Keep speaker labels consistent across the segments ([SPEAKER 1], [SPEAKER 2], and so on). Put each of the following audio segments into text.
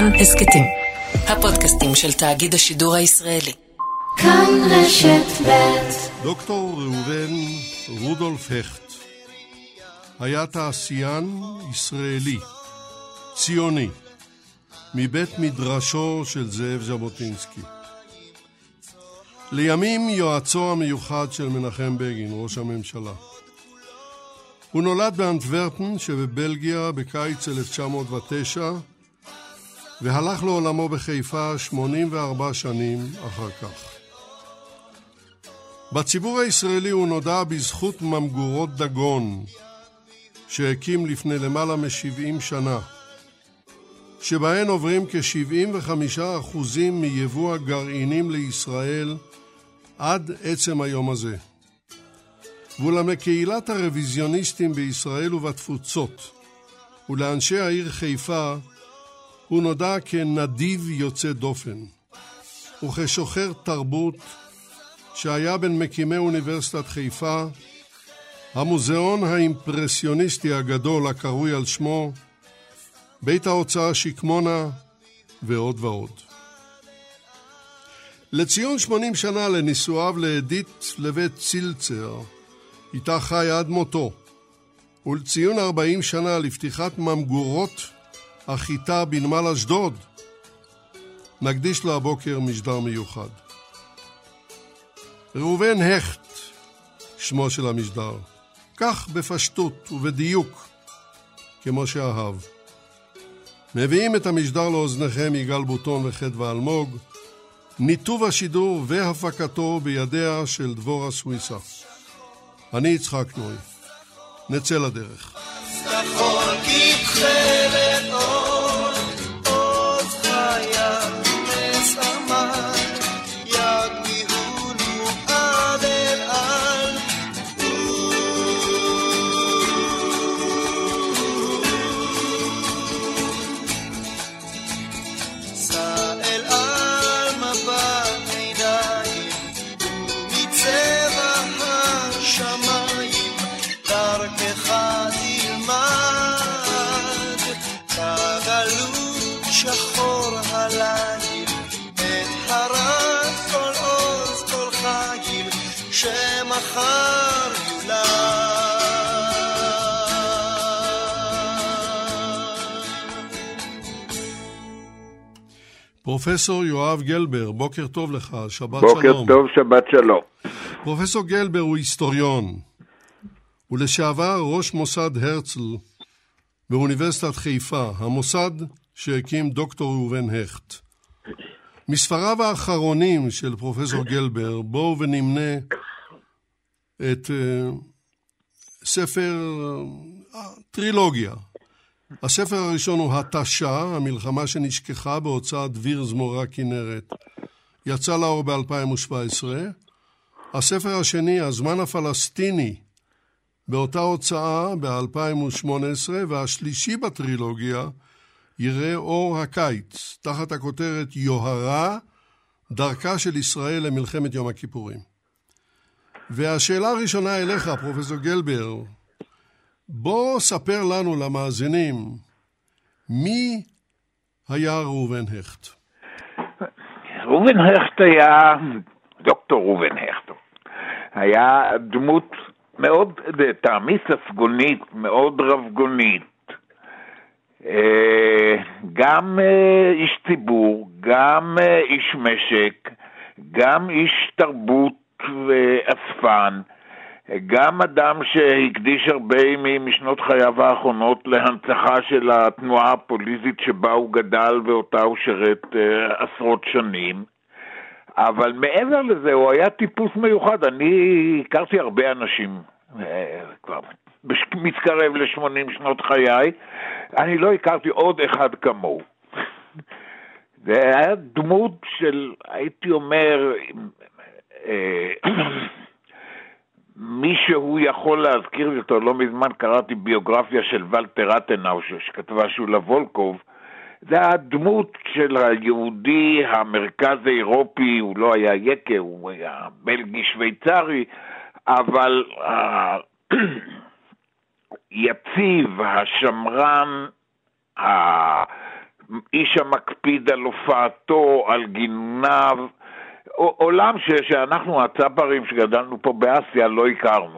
[SPEAKER 1] כאן הסקטים, הפודקאסטים של תאגיד השידור הישראלי.
[SPEAKER 2] כאן רשת ב'.
[SPEAKER 3] דוקטור ראובן רודולף הכט היה תעשיין ישראלי, ציוני, מבית מדרשו של זאב ז'בוטינסקי. לימים יועצו המיוחד של מנחם בגין, ראש הממשלה. הוא נולד באנטוורפן שבבלגיה בקיץ 1909, והלך לעולמו בחיפה 84 שנים אחר כך. בציבור הישראלי הוא נודע בזכות ממגורות דגון, שהקים לפני למעלה מ-70 שנה, שבהן עוברים כ-75% מיבוא הגרעינים לישראל עד עצם היום הזה. ואולם לקהילת הרוויזיוניסטים בישראל ובתפוצות, ולאנשי העיר חיפה, הוא נודע כנדיב יוצא דופן, וכשוחר תרבות שהיה בין מקימי אוניברסיטת חיפה, המוזיאון האימפרסיוניסטי הגדול הקרוי על שמו, בית ההוצאה שקמונה ועוד ועוד. לציון 80 שנה לנישואיו לאדית לבית צילצר, איתה חי עד מותו, ולציון 40 שנה לפתיחת ממגורות החיטה בנמל אשדוד, נקדיש לו הבוקר משדר מיוחד. ראובן הכט, שמו של המשדר, כך בפשטות ובדיוק כמו שאהב. מביאים את המשדר לאוזניכם יגאל בוטון וחדווה אלמוג, ניתוב השידור והפקתו בידיה של דבורה סוויסה. אני יצחק נוי, נצא לדרך. פרופסור יואב גלבר, בוקר טוב לך, שבת שלום.
[SPEAKER 4] בוקר טוב, שבת שלום.
[SPEAKER 3] פרופסור גלבר הוא היסטוריון, ולשעבר ראש מוסד הרצל באוניברסיטת חיפה, המוסד שהקים דוקטור ראובן הכט. מספריו האחרונים של פרופסור גלבר, בואו ונמנה את ספר טרילוגיה. הספר הראשון הוא התשה, המלחמה שנשכחה, בהוצאת דביר זמורה כנרת. יצא לאור ב-2017. הספר השני, הזמן הפלסטיני, באותה הוצאה ב-2018, והשלישי בטרילוגיה, יראה אור הקיץ, תחת הכותרת יוהרה, דרכה של ישראל למלחמת יום הכיפורים. והשאלה הראשונה אליך, פרופסור גלבר, בוא ספר לנו למאזינים, מי היה ראובן הכט?
[SPEAKER 4] ראובן הכט היה, דוקטור ראובן הכט, היה דמות מאוד, טעמי ספגונית, מאוד רבגונית, גם איש ציבור, גם איש משק, גם איש תרבות ואספן, גם אדם שהקדיש הרבה משנות חייו האחרונות להנצחה של התנועה הפוליטית שבה הוא גדל ואותה הוא שרת עשרות שנים. אבל מעבר לזה הוא היה טיפוס מיוחד. אני הכרתי הרבה אנשים, כבר מתקרב ל-80 שנות חיי, אני לא הכרתי עוד אחד כמוהו. זה היה דמות של, הייתי אומר, מישהו יכול להזכיר אותו. לא מזמן קראתי ביוגרפיה של ולטר רטנאו שכתבה שולה וולקוב. זה הדמות של היהודי המרכז האירופי, הוא לא היה יקה, הוא היה בלגי שוויצרי, אבל יציב, השמרן, איש המקפיד על הופעתו, על גינוניו, עולם שאנחנו הצברים שגדלנו פה באסיה לא הכרנו.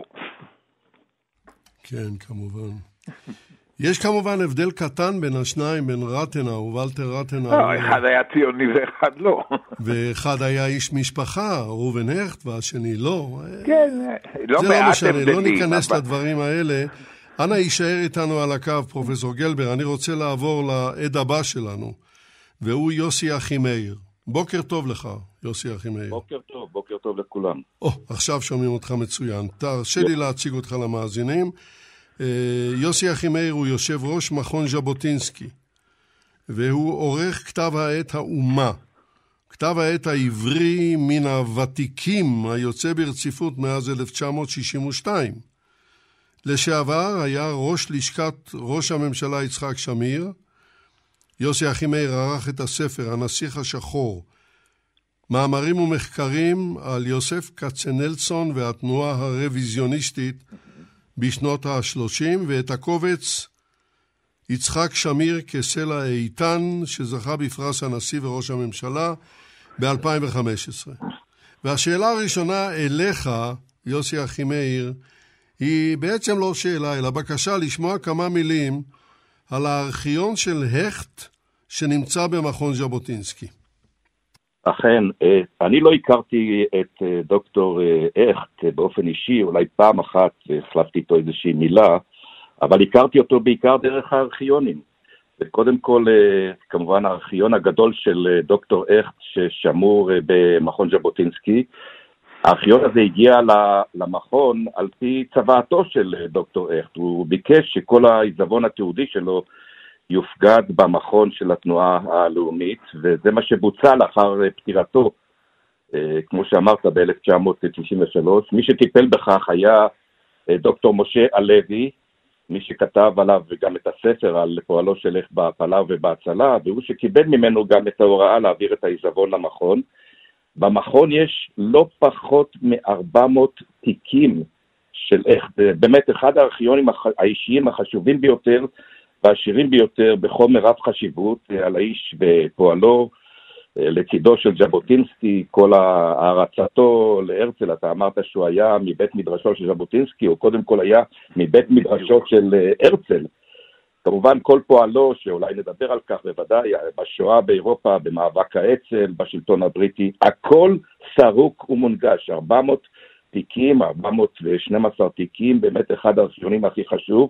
[SPEAKER 3] כן, כמובן. יש כמובן הבדל קטן בין השניים, בין רטנאו וולטר רטנאו.
[SPEAKER 4] אחד היה ציוני ואחד לא.
[SPEAKER 3] ואחד היה איש משפחה, ראובן הכט, והשני לא.
[SPEAKER 4] כן, לא
[SPEAKER 3] זה לא
[SPEAKER 4] מעט
[SPEAKER 3] משנה,
[SPEAKER 4] הבדלים.
[SPEAKER 3] לא ניכנס לדברים האלה. אנא יישאר איתנו על הקו, פרופסור גלבר. אני רוצה לעבור לעד הבא שלנו, והוא יוסי אחימאיר. בוקר טוב לך, יוסי אחימאיר.
[SPEAKER 5] בוקר טוב לכולם.
[SPEAKER 3] עכשיו שומעים אותך מצוין. תרשה לי להציג אותך למאזינים. יוסי אחימאיר הוא יושב ראש מכון ז'בוטינסקי, והוא עורך כתב העת האומה, כתב העת העברי מן הוותיקים היוצא ברציפות מאז 1962. לשעבר היה ראש לשכת ראש הממשלה יצחק שמיר. יוסי אחימאיר ערך את הספר הנסיך השחור, מאמרים ומחקרים על יוסף כצנלסון והתנועה הרוויזיוניסטית בשנות ה-30, ואת הקובץ יצחק שמיר כסלע איתן, שזכה בפרס הנשיא וראש הממשלה ב-2015. והשאלה הראשונה אליך, יוסי אחימאיר, היא בעצם לא שאלה, אלא בקשה לשמוע כמה מילים על הארכיון של הכט שנמצא במכון ז'בוטינסקי.
[SPEAKER 5] אכן, אני לא הכרתי את דוקטור הכט באופן אישי, אולי פעם אחת החלפתי איתו איזושהי מילה, אבל הכרתי אותו בעיקר דרך הארכיונים. וקודם כל, כמובן, הארכיון הגדול של דוקטור הכט ששמור במכון ז'בוטינסקי, הארכיון הזה הגיע למכון על פי צוואתו של דוקטור הכט. הוא ביקש שכל העיזבון התיעודי שלו יופקד במכון של התנועה הלאומית, וזה מה שבוצע לאחר פטירתו, כמו שאמרת, ב-1993. מי שטיפל בכך היה דוקטור משה הלוי, מי שכתב עליו גם את הספר על פועלו של הכט בהעפלה ובהצלה, והוא שקיבל ממנו גם את ההוראה להעביר את העיזבון למכון. במכון יש לא פחות מ-400 תיקים של הכט, באמת אחד הארכיונים האישיים החשובים ביותר והעשירים ביותר בחומר רב חשיבות על האיש ופועלו, לצידו של ז'בוטינסקי, כל הערצתו להרצל. אתה אמרת שהוא היה מבית מדרשו של ז'בוטינסקי, הוא קודם כל היה מבית מדרשו של הרצל. כמובן כל פועלו, שאולי נדבר על כך בוודאי, בשואה באירופה, במאבק האצ"ל, בשלטון הבריטי, הכל סרוק ומונגש. 400 תיקים, 412 תיקים, באמת אחד הארכיונים הכי חשוב.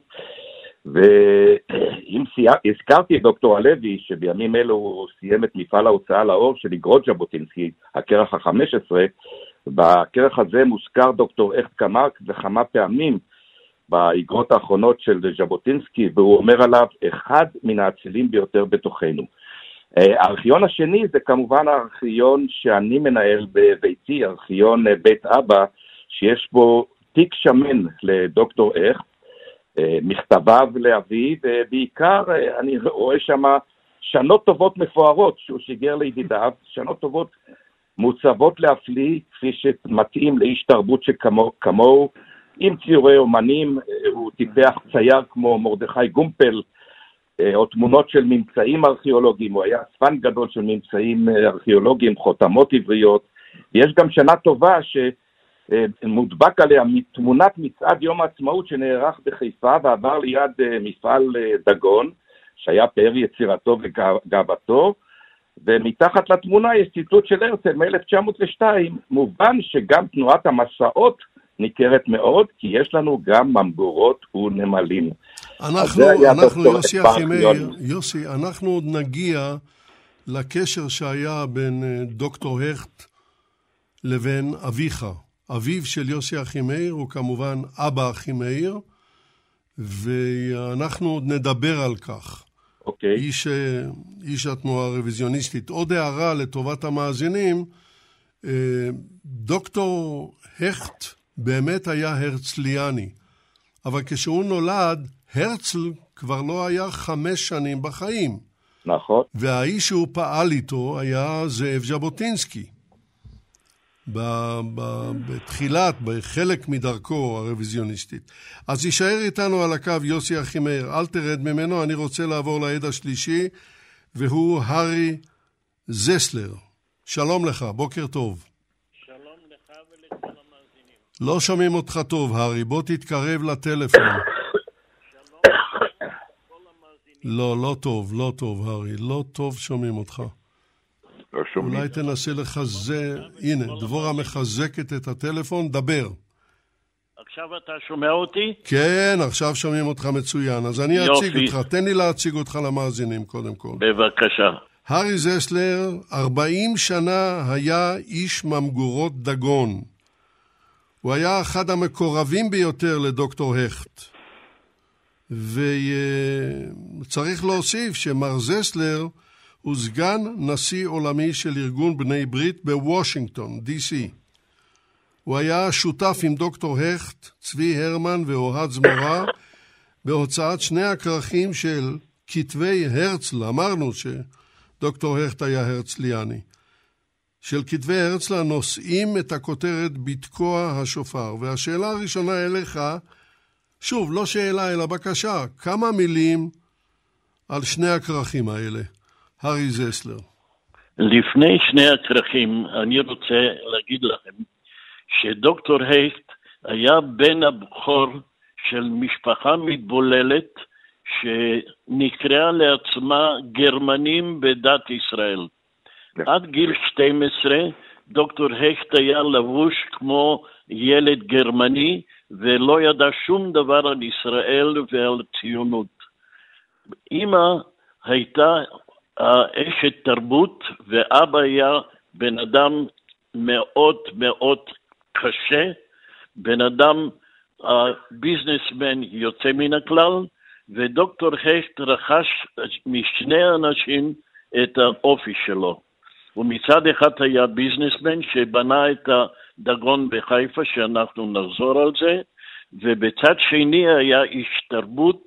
[SPEAKER 5] ואם הזכרתי את דוקטור הלוי, שבימים אלו הוא סיים את מפעל ההוצאה לאור של אגרות ז'בוטינסקי, הכרך ה-15, בכרך הזה מוזכר דוקטור הכט כמה פעמים באגרות האחרונות של ז'בוטינסקי, והוא אומר עליו אחד מן האצילים ביותר בתוכנו. הארכיון השני זה כמובן הארכיון שאני מנהל בביתי, ארכיון בית אבא, שיש בו תיק שמן לדוקטור הכט, מכתביו לאבי, ובעיקר אני רואה שם שנות טובות מפוארות שהוא שיגר לידידיו, שנות טובות מוצבות להפליא, כפי שמתאים לאיש תרבות שכמוהו, עם ציורי אומנים. הוא טיפח צייר כמו מרדכי גומפל, או תמונות של ממצאים ארכיאולוגיים, הוא היה אספן גדול של ממצאים ארכיאולוגיים, חותמות עבריות. יש גם שנה טובה שמודבק עליה תמונת מצעד יום העצמאות שנערך בחיפה, ועבר ליד מפעל דגון, שהיה פאר יצירתו וגאוותו, ומתחת לתמונה יש ציטוט של הרצל מ-1902, מובן שגם תנועת המסעות ניכרת מאוד, כי יש לנו גם ממגורות ונמלים.
[SPEAKER 3] אנחנו יוסי אחימאיר, יוסי, אנחנו עוד נגיע לקשר שהיה בין דוקטור הכט לבין אביך. אביו של יוסי אחימאיר הוא כמובן אבא אחימאיר, ואנחנו עוד נדבר על כך.
[SPEAKER 5] אוקיי.
[SPEAKER 3] איש התנועה הרוויזיוניסטית. עוד הערה לטובת המאזינים, דוקטור הכט באמת היה הרצליאני, אבל כשהוא נולד, הרצל כבר לא היה 5 שנים בחיים.
[SPEAKER 5] נכון.
[SPEAKER 3] והאיש שהוא פעל איתו היה זאב ז'בוטינסקי. בחלק מדרכו הרוויזיוניסטית. אז יישאר איתנו על הקו יוסי אחימאיר, אל תרד ממנו. אני רוצה לעבור לעד השלישי, והוא הארי זסלר. שלום לך, בוקר טוב.
[SPEAKER 6] שלום לך ולכל המאזינים.
[SPEAKER 3] לא שומעים אותך טוב, הארי, בוא תתקרב לטלפון.
[SPEAKER 6] שלום לכל המאזינים.
[SPEAKER 3] לא טוב, הארי, לא טוב שומעים אותך.
[SPEAKER 4] לא שומעים.
[SPEAKER 3] אולי תנסה לחזק, הנה, דבורה מחזקת את הטלפון, דבר.
[SPEAKER 6] עכשיו אתה שומע אותי?
[SPEAKER 3] כן, עכשיו שומעים אותך מצוין, אז אני אציג אותך, תן לי להציג אותך למאזינים קודם כל.
[SPEAKER 6] בבקשה.
[SPEAKER 3] הארי זסלר, 40 שנה היה איש ממגורות דגון. הוא היה אחד המקורבים ביותר לדוקטור הכט. וצריך להוסיף שמר זסלר הוא סגן נשיא עולמי של ארגון בני ברית בוושינגטון, DC. הוא היה שותף עם דוקטור הכט, צבי הרמן ואוהד זמורה בהוצאת שני הכרכים של כתבי הרצל. אמרנו שדוקטור הכט היה הרצליאני. של כתבי הרצל הנושאים את הכותרת בתקוע השופר. והשאלה הראשונה אליך, שוב, לא שאלה אלא בקשה, כמה מילים על שני הכרכים האלה, הארי זסלר.
[SPEAKER 6] לפני שני הכרכים אני רוצה להגיד לכם שדוקטור הכט היה בן הבכור של משפחה מתבוללת שנקראה לעצמה גרמנים בדת ישראל. עד גיל 12 דוקטור הכט היה לבוש כמו ילד גרמני ולא ידע שום דבר על ישראל ועל ציונות. אמא הייתה אשת תרבות ואבא היה בן אדם מאוד מאוד קשה, בן אדם ביזנסמן יוצא מן הכלל, ודוקטור הכט רכש משני אנשים את האופי שלו. ומצד אחד היה ביזנסמן שבנה את הדגון בחיפה, שאנחנו נחזור על זה, ובצד שני היה איש תרבות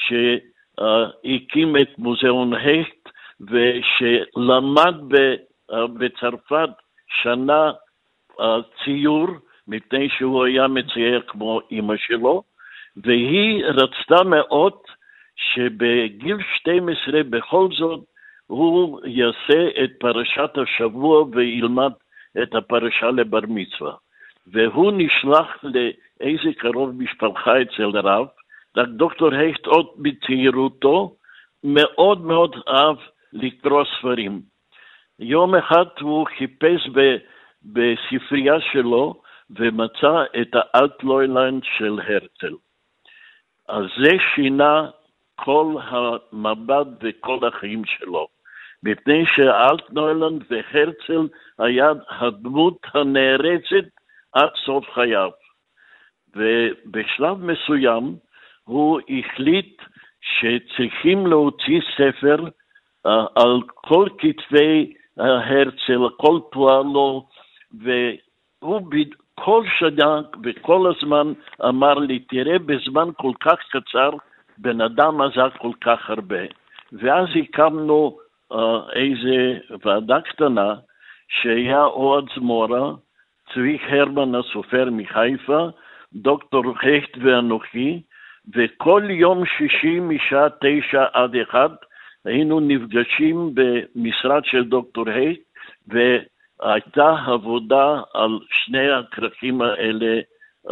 [SPEAKER 6] שהקים את מוזיאון הכט, ושלמד בצרפת שנה ציור, מפני שהוא היה מצייר כמו אמא שלו, והיא רצתה מאוד שבגיל 12 בכל זאת הוא יעשה את פרשת השבוע וילמד את הפרשה לבר מצווה. והוא נשלח לאיזה קרוב משפחה אצל רב, רק דוקטור הכט עוד בצעירותו מאוד מאוד אהב לקרוא ספרים. יום אחד הוא חיפש בספרייה שלו ומצא את האלטנוילנד של הרצל. אז זה שינה כל המבט וכל החיים שלו. מפני שאלטנוילנד והרצל היה הדמות הנערצת עד סוף חייו. ובשלב מסוים הוא החליט שצריכים להוציא ספר על כל כתבי הרצל, כל פועלו, והוא כל שנה וכל הזמן אמר לי, תראה, בזמן כל כך קצר, בן אדם עשה כל כך הרבה. ואז הקמנו איזה ועדה קטנה, שהיה אוהד זמורה, צבי הרמן הסופר מחיפה, דוקטור הכט ואנוכי, וכל יום שישי משעה 9 עד 1, היינו נפגשים במשרד של דוקטור הכט, והייתה עבודה על שני הכרכים האלה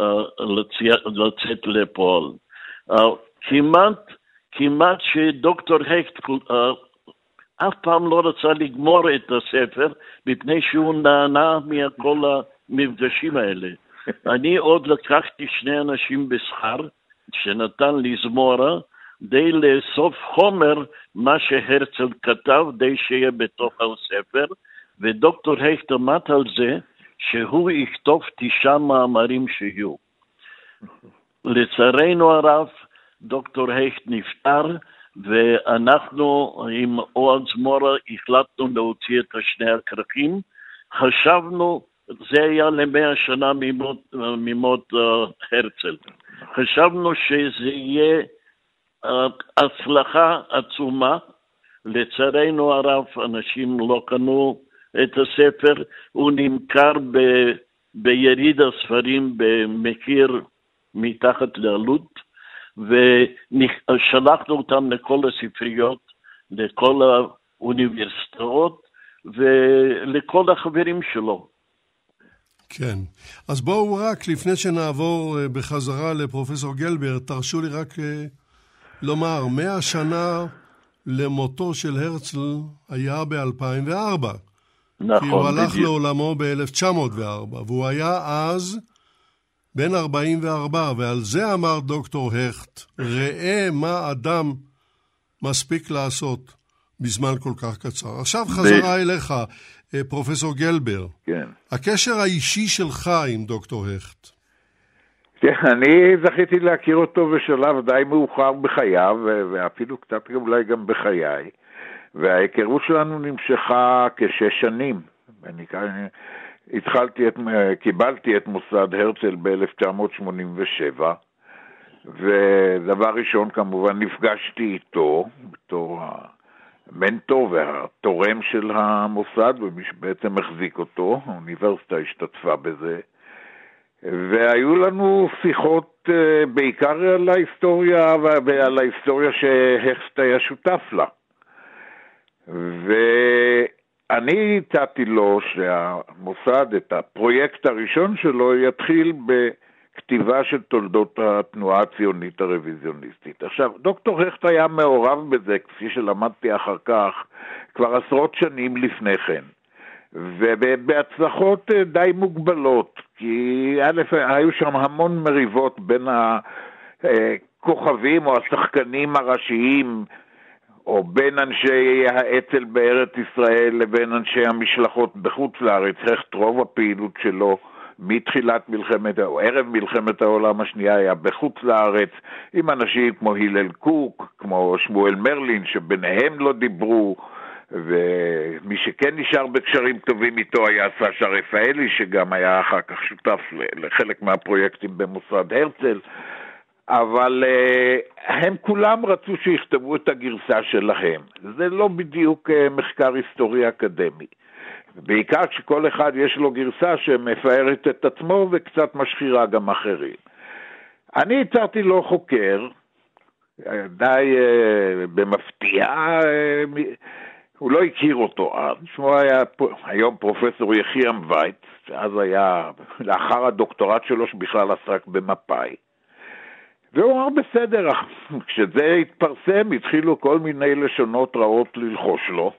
[SPEAKER 6] לצאת לפועל. כמעט שדוקטור הכט אף פעם לא רצה לגמור את הספר, מפני שהוא נהנה מכל המפגשים האלה. אני עוד לקחתי שני אנשים בשכר, שנתן לי זמורה, די לאסוף חומר מה שהרצל כתב, די שיהיה בתוך הספר, ודוקטור הכט עמד על זה שהוא יכתוב 9 מאמרים שיהיו. לצערנו הרב, דוקטור הכט נפטר, ואנחנו עם אוהד זמורה החלטנו להוציא את שני הכרכים. חשבנו, זה היה ל100 שנה ממות הרצל. חשבנו שזה יהיה הצלחה עצומה. לצערנו הרב, אנשים לא קנו את הספר. הוא נמכר ביריד הספרים במחיר מתחת לעלות, ושלחנו אותם לכל הספריות, לכל האוניברסיטאות ולכל החברים שלו.
[SPEAKER 3] כן. אז בואו רק, לפני שנעבור בחזרה לפרופסור גלבר, תרשו לי רק לומר, 100 שנה למותו של הרצל היה ב-2004.
[SPEAKER 6] נכון,
[SPEAKER 3] כי הוא הלך לעולמו ב-1904, והוא היה אז בן 44, ועל זה אמר דוקטור הכט, ראה מה אדם מספיק לעשות בזמן כל כך קצר. עכשיו חזרה אליך, פרופסור גלבר.
[SPEAKER 4] כן.
[SPEAKER 3] הקשר האישי שלך עם דוקטור הכט.
[SPEAKER 4] כן, אני זכיתי להכיר אותו בשלב די מאוחר בחייו, ואפילו קצת אולי גם בחיי, וההיכרות שלנו נמשכה כ6 שנים. קיבלתי את מוסד הרצל ב-1987, ודבר ראשון כמובן נפגשתי איתו בתור המנטור והתורם של המוסד, ומי שבעצם החזיק אותו, האוניברסיטה השתתפה בזה, והיו לנו שיחות בעיקר על ההיסטוריה ועל ההיסטוריה שהכט היה שותף לה. ואני הצעתי לו שהמוסד, את הפרויקט הראשון שלו, יתחיל בכתיבה של תולדות התנועה הציונית הרוויזיוניסטית. עכשיו, דוקטור הכט היה מעורב בזה, כפי שלמדתי אחר כך, כבר עשרות שנים לפני כן. ובהצלחות די מוגבלות, כי היו שם המון מריבות בין הכוכבים או השחקנים הראשיים, או בין אנשי האצ"ל בארץ ישראל לבין אנשי המשלחות בחוץ לארץ. הכט רוב הפעילות שלו מתחילת מלחמת, או ערב מלחמת העולם השנייה, היה בחוץ לארץ, עם אנשים כמו הלל קוק, כמו שמואל מרלין, שביניהם לא דיברו, ומי שכן נשאר בקשרים טובים איתו היה סשה רפאלי, שגם היה אחר כך שותף לחלק מהפרויקטים במוסד הרצל, אבל הם כולם רצו שיכתבו את הגרסה שלהם. זה לא בדיוק מחקר היסטורי אקדמי. בעיקר כשכל אחד יש לו גרסה שמפארת את עצמו וקצת משחירה גם אחרים. אני הצעתי לו חוקר, די במפתיע, הוא לא הכיר אותו אז, שמו היה היום פרופסור יחיעם וייץ, שאז היה לאחר הדוקטורט שלו שבכלל עסק במפאי. והוא אמר בסדר, כשזה התפרסם התחילו כל מיני לשונות רעות ללחוש לו,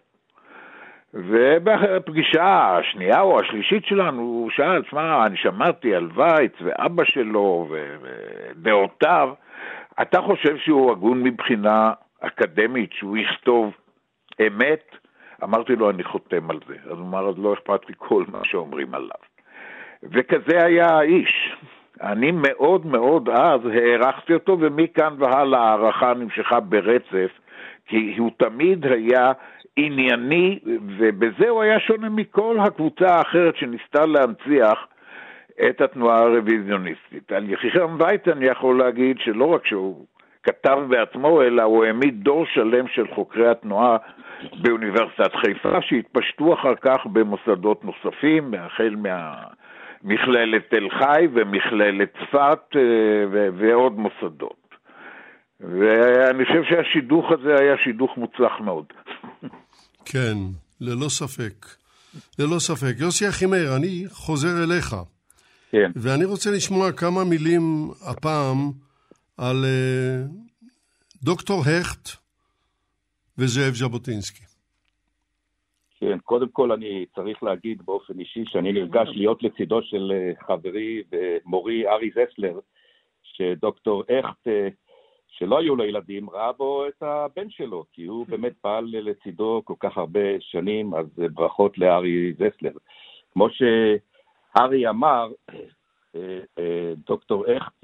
[SPEAKER 4] ובפגישה השנייה או השלישית שלנו הוא שאל, תשמע, אני שמעתי על וייץ ואבא שלו ודעותיו, אתה חושב שהוא הגון מבחינה אקדמית, שהוא יכתוב אמת? אמרתי לו, אני חותם על זה. אז הוא אמר, אז לא אכפת לי כל מה שאומרים עליו. וכזה היה האיש. אני מאוד מאוד אז הערכתי אותו, ומכאן והלאה הערכה נמשכה ברצף, כי הוא תמיד היה ענייני, ובזה הוא היה שונה מכל הקבוצה האחרת שניסתה להנציח את התנועה הרוויזיוניסטית. על יחיעם וייץ אני יכול להגיד שלא רק שהוא כתב בעצמו, אלא הוא העמיד דור שלם של חוקרי התנועה באוניברסיטת חיפה, שהתפשטו אחר כך במוסדות נוספים, החל מכללת תל חי ומכללת צפת ועוד מוסדות. ואני חושב שהשידוך הזה היה שידוך מוצלח מאוד.
[SPEAKER 3] כן, ללא ספק. ללא ספק. יוסי אחימאיר, אני חוזר אליך.
[SPEAKER 5] כן.
[SPEAKER 3] ואני רוצה לשמוע כמה מילים הפעם על דוקטור הכט וזאב ז'בוטינסקי.
[SPEAKER 5] כן, קודם כל אני צריך להגיד באופן אישי שאני נרגש להיות לצידו של חברי ומורי ארי זסלר, שדוקטור הכט, שלא היו לו ילדים, ראה בו את הבן שלו, כי הוא באמת פעל לצידו כל כך הרבה שנים, אז ברכות לארי זסלר. כמו שארי אמר, דוקטור הכט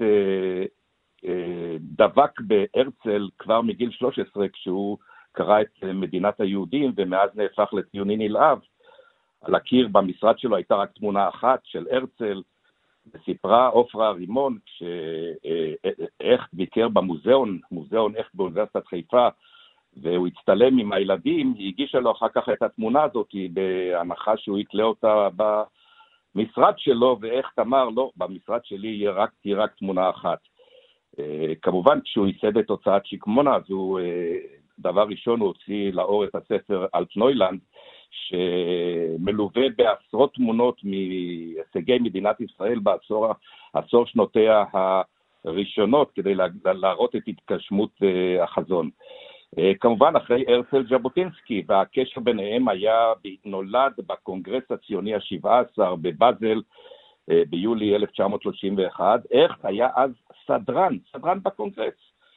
[SPEAKER 5] דבק בהרצל כבר מגיל 13, כשהוא קרא את מדינת היהודים, ומאז נהפך לציוני נלהב. על הקיר במשרד שלו הייתה רק תמונה אחת של הרצל, וסיפרה עופרה רימון, כשהכט ביקר במוזיאון, מוזיאון הכט באוניברסיטת חיפה, והוא הצטלם עם הילדים, היא הגישה לו אחר כך את התמונה הזאת, בהנחה שהוא יקלה אותה במשרד שלו, והכט אמר, לא, במשרד שלי תהיה רק תמונה אחת. כמובן, כשהוא ייסד את הוצאת שקמונה, אז הוא דבר ראשון הוא הוציא לאור את הספר אלטנוילנד, שמלווה בעשרות תמונות מהישגי מדינת ישראל בעשור שנותיה הראשונות, כדי להראות את התגשמות החזון. כמובן אחרי הרצל ז'בוטינסקי, והקשר ביניהם נולד בקונגרס הציוני ה-17 בבאזל ביולי 1931. הכט היה אז סדרן בקונגרס.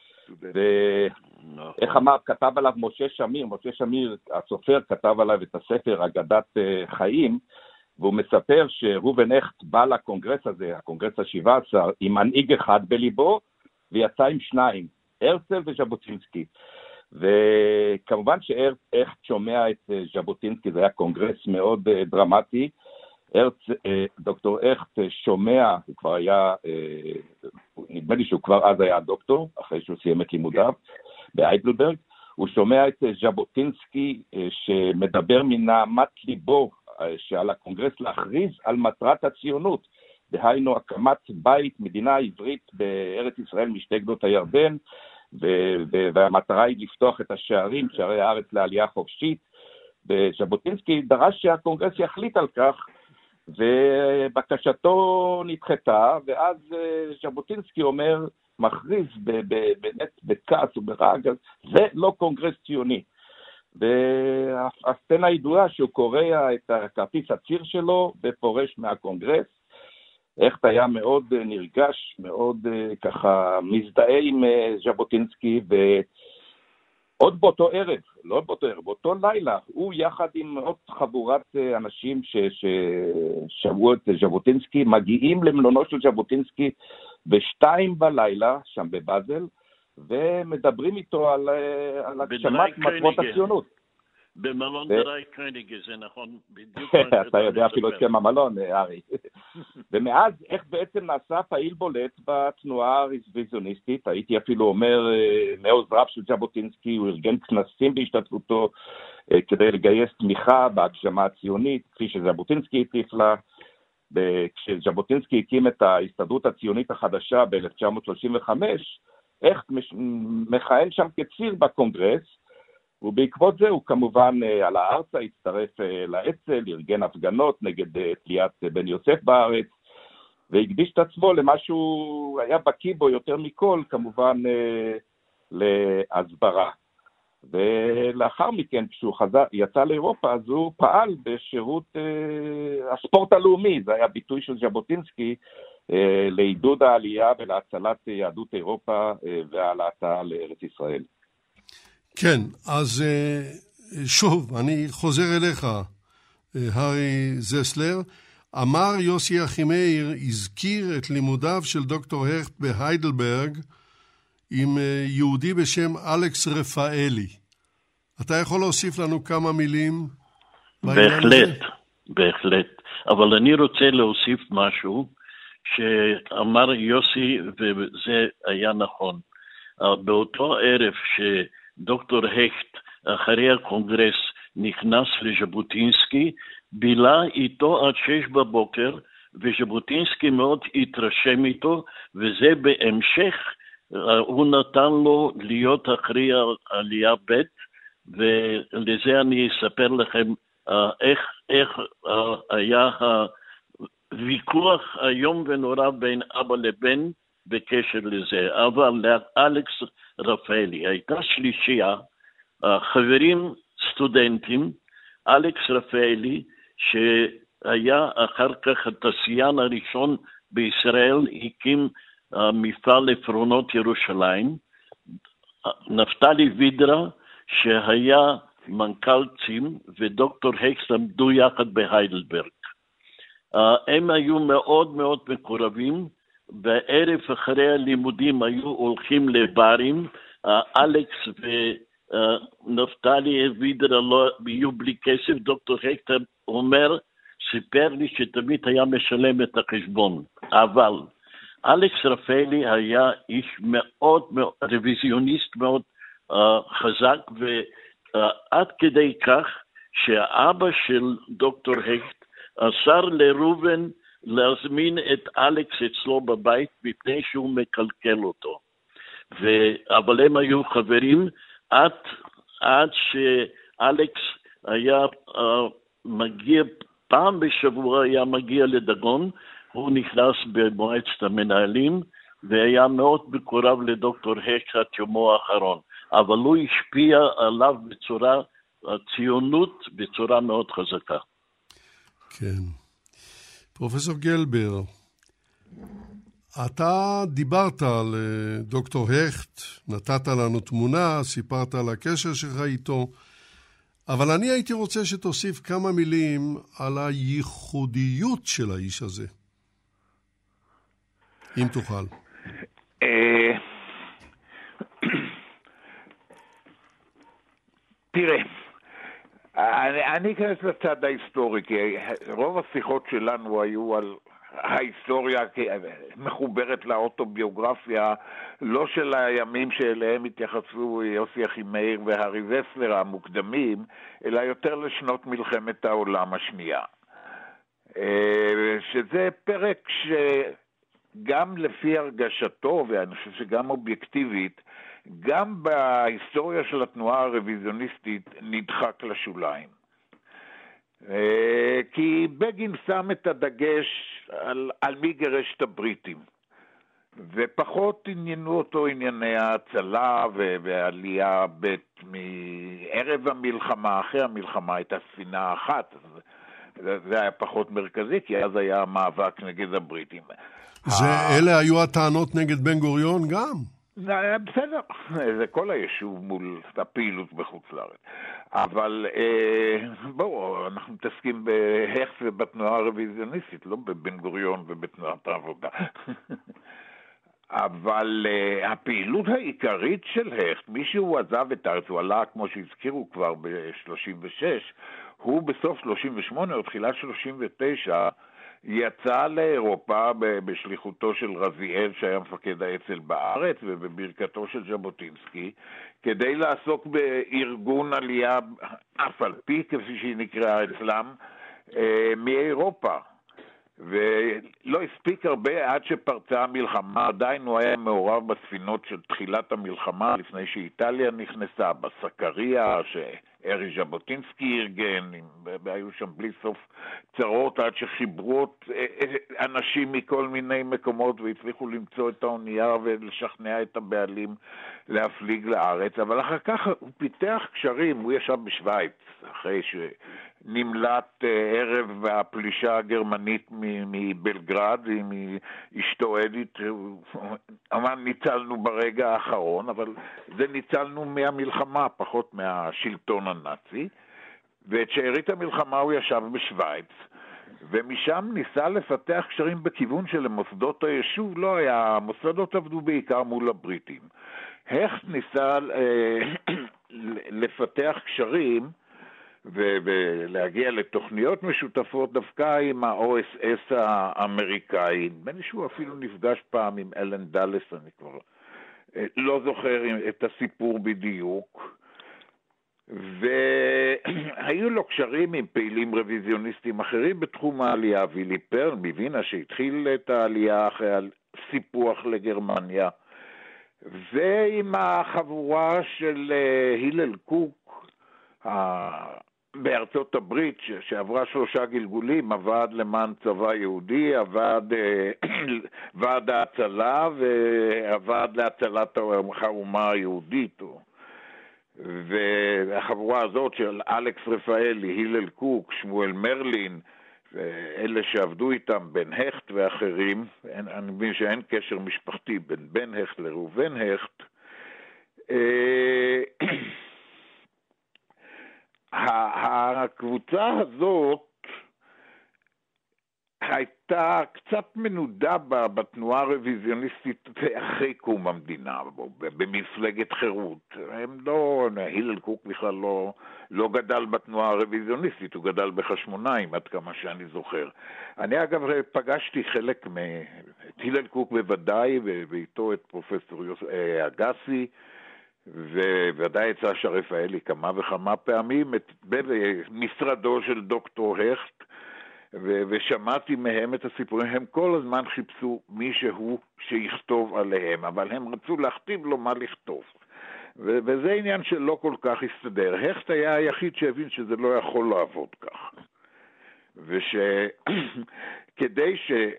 [SPEAKER 5] ואיך אמר, כתב עליו משה שמיר, הסופר, כתב עליו את הספר אגדת חיים, והוא מספר שראובן הכט בא לקונגרס הזה, הקונגרס ה-17, עם מנהיג אחד בליבו, ויצא עם שניים, הרצל וז'בוטינסקי. וכמובן שהכט שומע את ז'בוטינסקי, זה היה קונגרס מאוד דרמטי, דוקטור הכט שומע, הוא כבר היה, נדמה לי שהוא כבר אז היה דוקטור, אחרי שהוא סיים את לימודיו בהיידלברג, הוא שומע את ז'בוטינסקי שמדבר מנהמת ליבו, שעל הקונגרס להכריז על מטרת הציונות, דהיינו הקמת בית, מדינה עברית בארץ ישראל משתי גדות הירדן, והמטרה היא לפתוח את השערים, שערי הארץ לעלייה חופשית, וז'בוטינסקי דרש שהקונגרס יחליט על כך, ובקשתו נדחתה, ואז ז'בוטינסקי מכריז באמת בכעס וברעג, זה לא קונגרס ציוני. והסצנה הידועה שהוא קורא את הכרטיס הציר שלו ופורש מהקונגרס. הכט היה מאוד נרגש, מאוד ככה מזדהה עם ז'בוטינסקי, ועוד באותו לילה, הוא יחד עם עוד חבורת אנשים ששמעו את ז'בוטינסקי, מגיעים למלונו של ז'בוטינסקי ב-2 בלילה, שם בבאזל, ומדברים איתו על הגשמת מטרות הציונות.
[SPEAKER 6] במלון דרי קוניגה, זה נכון, בדיוק.
[SPEAKER 5] אתה יודע אפילו את שם המלון, ארי. ומאז, איך בעצם נעשה פעיל בולט בתנועה הרוויזיוניסטית, הייתי אפילו אומר, מעוזריו של ז'בוטינסקי, הוא ארגן כנסים בהשתתפותו, כדי לגייס תמיכה בהגשמה הציונית, כפי שז'בוטינסקי הטיף לה. כשז'בוטינסקי הקים את ההסתדרות הציונית החדשה ב-1935, הכט מכהן שם כציר בקונגרס, ובעקבות זה הוא כמובן על הארצה הצטרף לאצ"ל, ארגן הפגנות נגד תליית בן יוסף בארץ, והקדיש את עצמו למה שהוא היה בקיא בו יותר מכל, כמובן להסברה. ולאחר מכן, כשהוא יצא לאירופה, אז הוא פעל בשירות הספורט הלאומי, זה היה ביטוי של ז'בוטינסקי, לעידוד העלייה ולהצלת יהדות אירופה והעלאתה לארץ ישראל.
[SPEAKER 3] כן, אז שוב, אני חוזר אליך, הרי זסלר. אמר יוסי אחימאיר, הזכיר את לימודיו של דוקטור הכט בהיידלברג עם יהודי בשם אלכס רפאלי. אתה יכול להוסיף לנו כמה מילים?
[SPEAKER 6] בהחלט. אבל אני רוצה להוסיף משהו שאמר יוסי, וזה היה נכון. באותו ערב שדוקטור הכט אחרי הקונגרס נכנס לז'בוטינסקי, בילה איתו עד 6 בבוקר, וז'בוטינסקי מאוד התרשם איתו, וזה בהמשך הוא נתן לו להיות אחרי העלייה ב', ולזה אני אספר לכם איך היה הוויכוח היום ונורא בין אבא לבן בקשר לזה. אבל לאלכס רפאלי הייתה שלישייה, חברים סטודנטים, אלכס רפאלי שהיה אחר כך התעשיין הראשון בישראל, הקים מפעל עפרונות ירושלים, נפתלי וידרה שהיה מנכ"ל צים, ודוקטור הכט למדו יחד בהיידלברג. הם היו מאוד מאוד מקורבים, בערב אחרי הלימודים היו הולכים לברים, אלכס ונפתלי וידרה לא יהיו בלי כסף, דוקטור הכט סיפר לי שתמיד היה משלם את החשבון, אבל אלכס רפאלי היה איש מאוד מאוד רוויזיוניסט מאוד חזק, ועד כדי כך שהאבא של דוקטור הכט אסר לראובן להזמין את אלכס אצלו בבית מפני שהוא מקלקל אותו. אבל הם היו חברים עד עד שאלכס היה מגיע, פעם בשבוע היה מגיע לדגון, הוא נכנס במועצת המנהלים, והיה מאוד מקורב לדוקטור הכט עד יומו האחרון. אבל הוא השפיע עליו בצורה, הציונות בצורה מאוד חזקה.
[SPEAKER 3] כן. פרופסור גלבר, אתה דיברת על דוקטור הכט, נתת לנו תמונה, סיפרת על הקשר שלך איתו, אבל אני הייתי רוצה שתוסיף כמה מילים על הייחודיות של האיש הזה. אם תוכל.
[SPEAKER 4] תראה, אני אכנס לצד ההיסטורי, כי רוב השיחות שלנו היו על ההיסטוריה מחוברת לאוטוביוגרפיה, לא של הימים שאליהם התייחסו יוסי אחימאיר והארי וסלר המוקדמים, אלא יותר לשנות מלחמת העולם השנייה. שזה פרק שגם לפי הרגשתו, ואני חושב שגם אובייקטיבית, גם בהיסטוריה של התנועה הרוויזיוניסטית נדחק לשוליים. כי בגין שם את הדגש על מי גירש את הבריטים, ופחות עניינו אותו ענייני ההצלה והעלייה מערב המלחמה, אחרי המלחמה הייתה ספינה אחת, זה היה פחות מרכזי, כי אז היה המאבק נגד הבריטים.
[SPEAKER 3] אלה היו הטענות נגד בן גוריון גם?
[SPEAKER 4] בסדר, זה כל היישוב מול הפעילות בחוץ לארץ. אבל בואו, אנחנו מתעסקים בהכט ובתנועה הרוויזיוניסטית, לא בבן גוריון ובתנועת העבודה. אבל הפעילות העיקרית של הכט, מישהו עזב את הארץ, הוא עלה, כמו שהזכירו כבר ב-36, הוא בסוף 38 או תחילת 39, יצא לאירופה בשליחותו של רזיאל שהיה מפקד האצ"ל בארץ ובברכתו של ז'בוטינסקי, כדי לעסוק בארגון עלייה אף על פי כפי שהיא נקראה אצלם מאירופה, ולא הספיק הרבה עד שפרצה המלחמה. עדיין הוא היה מעורב בספינות של תחילת המלחמה לפני שאיטליה נכנסה, בסקריה שארי ז'בוטינסקי ארגן, והיו שם בלי סוף צרות עד שחיברו אנשים מכל מיני מקומות והצליחו למצוא את האונייה ולשכנע את הבעלים להפליג לארץ. אבל אחר כך הוא פיתח קשרים, הוא ישב בשוויץ אחרי נמלט ערב הפלישה הגרמנית מבלגרד עם אשתו אדית, אמר ניצלנו ברגע האחרון, אבל זה ניצלנו מהמלחמה, פחות מהשלטון הנאצי, ואת שארית המלחמה הוא ישב בשוויץ, ומשם ניסה לפתח קשרים בכיוון של מוסדות היישוב. לא היה, המוסדות עבדו בעיקר מול הבריטים. הכט ניסה לפתח קשרים ולהגיע לתוכניות משותפות דווקא עם ה-OSS האמריקאי. בין שהוא אפילו נפגש פעם עם אלן דלס, אני כבר לא זוכר את הסיפור בדיוק. והיו לו קשרים עם פעילים רוויזיוניסטים אחרים בתחום העלייה. וילי פרל מווינה שהתחיל את העלייה אחרי סיפוח לגרמניה, ועם החבורה של הלל קוק בארצות הברית שעברה 3 גלגולים, עבד למען צבא יהודי, עבד ועד ההצלה ועבד להצלת האומה היהודית. והחבורה הזאת של אלכס רפאלי, הלל קוק, שמואל מרלין, ואלה שעבדו איתם, בן הכט ואחרים, אני מבין שאין קשר משפחתי בין בן הכט לראובן הכט, הקבוצה הזאת הייתה קצת מנודה בתנועה הרוויזיוניסטית אחרי קום המדינה, במפלגת חירות. הלל קוק בכלל לא גדל בתנועה הרוויזיוניסטית, הוא גדל בחשמונאים, עד כמה שאני זוכר. אני אגב פגשתי חלק את הלל קוק בוודאי, ואיתו את פרופסור אגסי, וודאי את סשה רפאלי כמה וכמה פעמים, במשרדו של דוקטור הכט, ושמעתי מהם את הסיפורים. הם כל הזמן חיפשו מישהו שיכתוב עליהם, אבל הם רצו להכתיב לו מה לכתוב. וזה עניין שלא כל כך הסתדר. הכט היה היחיד שהבין שזה לא יכול לעבוד כך. ושכדי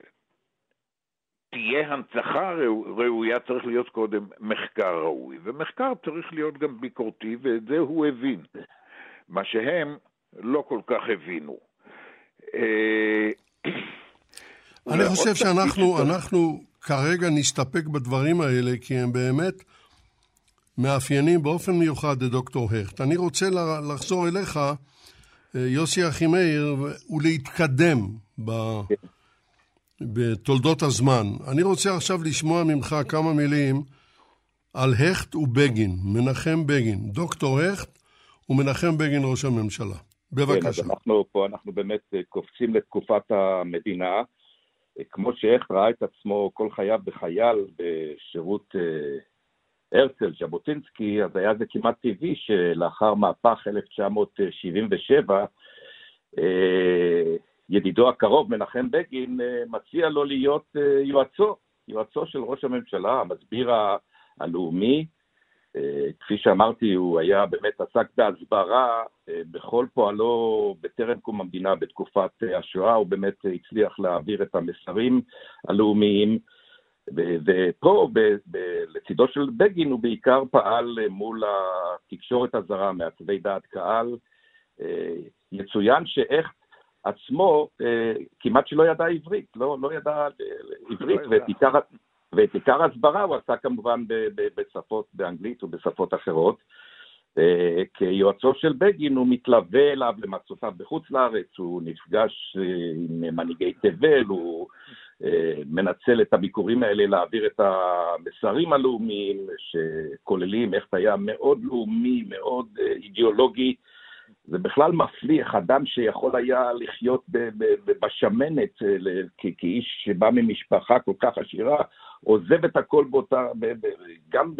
[SPEAKER 4] תהיה הנצחה ראויה, צריך להיות קודם מחקר ראוי, ומחקר צריך להיות גם ביקורתי, ואת זה הוא הבין, מה שהם לא כל כך הבינו.
[SPEAKER 3] אני חושב שאנחנו כרגע נסתפק בדברים האלה, כי הם באמת מאפיינים באופן מיוחד לדוקטור הכט. אני רוצה לחזור אליך, יוסי אחימאיר, ולהתקדם בתולדות הזמן. אני רוצה עכשיו לשמוע ממך כמה מילים על הכט ובגין, מנחם בגין, דוקטור הכט ומנחם בגין ראש הממשלה. בבקשה.
[SPEAKER 5] כן, אנחנו באמת קופצים לתקופת המדינה, כמו שהכט ראה את עצמו כל חייו בחייל בשירות הרצל, ז'בוטינסקי, אז היה זה כמעט טבעי שלאחר מהפך 1977, ידידו הקרוב, מנחם בגין, מציע לו להיות יועצו של ראש הממשלה, המסביר הלאומי. כפי שאמרתי, הוא היה באמת עסק בהסברה בכל פועלו בטרם קום המדינה בתקופת השואה, הוא באמת הצליח להעביר את המסרים הלאומיים, ופה לצידו של בגין הוא בעיקר פעל מול התקשורת הזרה, מעצבי דעת קהל. יצוין שהכט עצמו כמעט שלא ידע עברית, לא ידע עברית, ואת עיקר הסברה הוא עשה כמובן בשפות באנגלית ובשפות אחרות. כיועצו של בגין הוא מתלווה אליו למסעותיו בחוץ לארץ, הוא נפגש עם מנהיגי תבל, הוא מנצל את הביקורים האלה להעביר את המסרים הלאומיים, שכוללים איך היה מאוד לאומי, מאוד אידיאולוגי. זה בכלל מפליא, איך אדם שיכול היה לחיות בשמנת, כאיש שבא ממשפחה כל כך עשירה, עוזב את הכל גם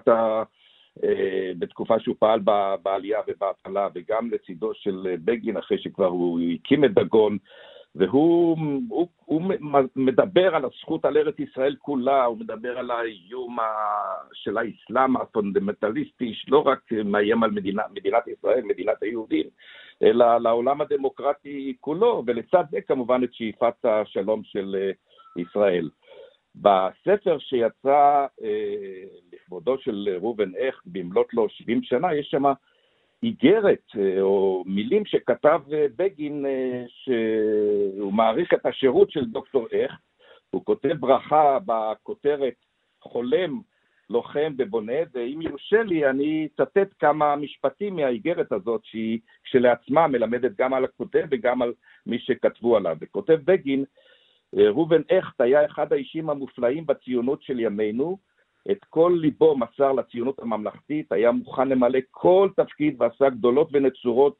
[SPEAKER 5] בתקופה שהוא פעל בעלייה ובהפעלה, וגם לצידו של בגין אחרי שכבר הוא הקים את דגון, והוא מדבר על הזכות על ארץ ישראל כולה, הוא מדבר על האיום של האסלאם הפונדמנטליסטי, שלא רק מאיים על מדינת ישראל, מדינת היהודים, אלא לעולם הדמוקרטי כולו, ולצד זה כמובן את שאיפת השלום של ישראל. בספר שיצא לכבודו של ראובן הכט במלאת לו 70 שנה, יש שם איגרת או מילים שכתב בגין שהוא מעריך את השירות של דוקטור הכט. הוא כותב ברכה בכותרת חולם, לוחם ובונה, ואם יורשה לי אני אצטט כמה משפטים מהאיגרת הזאת שהיא כשלעצמה מלמדת גם על הכותב וגם על מי שכתבו עליו. וכותב בגין, ראובן הכט היה אחד האישים המופלאים בציונות של ימינו, את כל ליבו מסר לציונות הממלכתית, היה מוכן למלא כל תפקיד ועשה גדולות ונצורות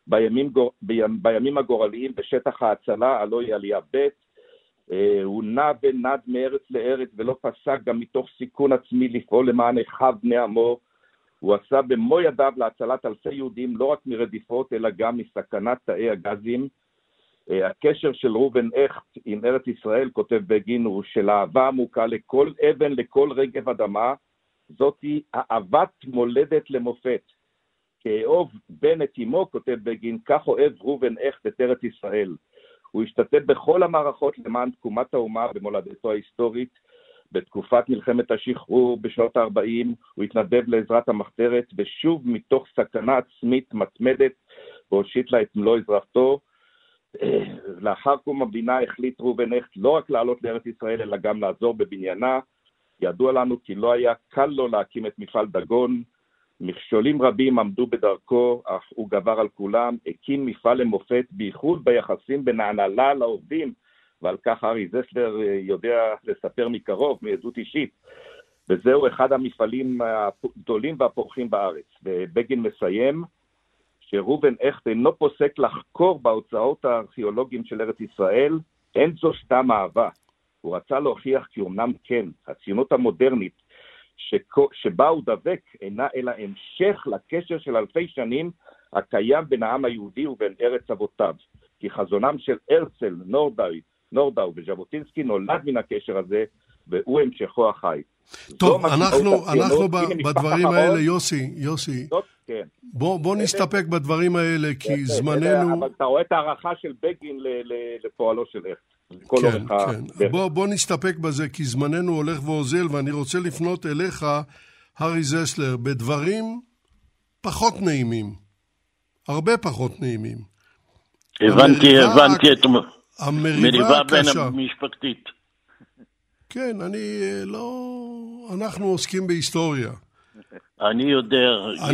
[SPEAKER 5] בימים הגורליים בשטח ההצלה, הלוא היא עלייה ב'. הוא נע ונד מארץ לארץ ולא פסק גם מתוך סיכון עצמי לפעול למען אחיו בני עמו. הוא עשה במו ידיו להצלת אלפי יהודים לא רק מרדיפות אלא גם מסכנת תאי הגזים. הקשר של ראובן הכט עם ארץ ישראל, כותב בגין, הוא של אהבה עמוקה לכל אבן, לכל רגב אדמה. זאתי אהבת מולדת למופת. כאהוב בן את אמו, כותב בגין, כך אוהב ראובן הכט את ארץ ישראל. הוא השתתף בכל המערכות למען תקומת האומה במולדתו ההיסטורית. בתקופת מלחמת השחרור בשנות ה-40 הוא התנדב לעזרת המחתרת, ושוב מתוך סכנה עצמית מתמדת והושיט לה את מלוא עזרתו. לאחר קום המדינה החליט ראובן הכט לא רק לעלות לארץ ישראל אלא גם לעזור בבניינה. ידוע לנו כי לא היה קל לו להקים את מפעל דגון, מכשולים רבים עמדו בדרכו אך הוא גבר על כולם, הקים מפעל למופת בייחוד ביחסים בין ההנהלה לעובדים, ועל כך ארי זסלר יודע לספר מקרוב מעדות אישית, וזהו אחד המפעלים הגדולים והפורחים בארץ. ובגין מסיים שראובן הכט אינו פוסק לחקור בהוצאות הארכיאולוגיים של ארץ ישראל, אין זו סתם אהבה. הוא רצה להוכיח כי אמנם כן, הציונות המודרנית שבה הוא דבק אינה אלא המשך לקשר של אלפי שנים הקיים בין העם היהודי ובין ארץ אבותיו. כי חזונם של הרצל, נורדאו וז'בוטינסקי נולד מן הקשר הזה, והוא המשכו החי.
[SPEAKER 3] טוב, אנחנו בדברים האלה, יוסי, בוא נסתפק בדברים האלה, כי זמננו...
[SPEAKER 5] אבל אתה רואה את הערכה של בגין לפועלו של הכט.
[SPEAKER 3] כן. בוא נסתפק בזה, כי זמננו הולך ואוזל, ואני רוצה לפנות אליך, הרי זסלר, בדברים פחות נעימים, הרבה פחות נעימים.
[SPEAKER 6] הבנתי את
[SPEAKER 3] המריבה
[SPEAKER 6] בין המשפחתית.
[SPEAKER 3] כן, אנחנו עוסקים בהיסטוריה.
[SPEAKER 6] אני יודע.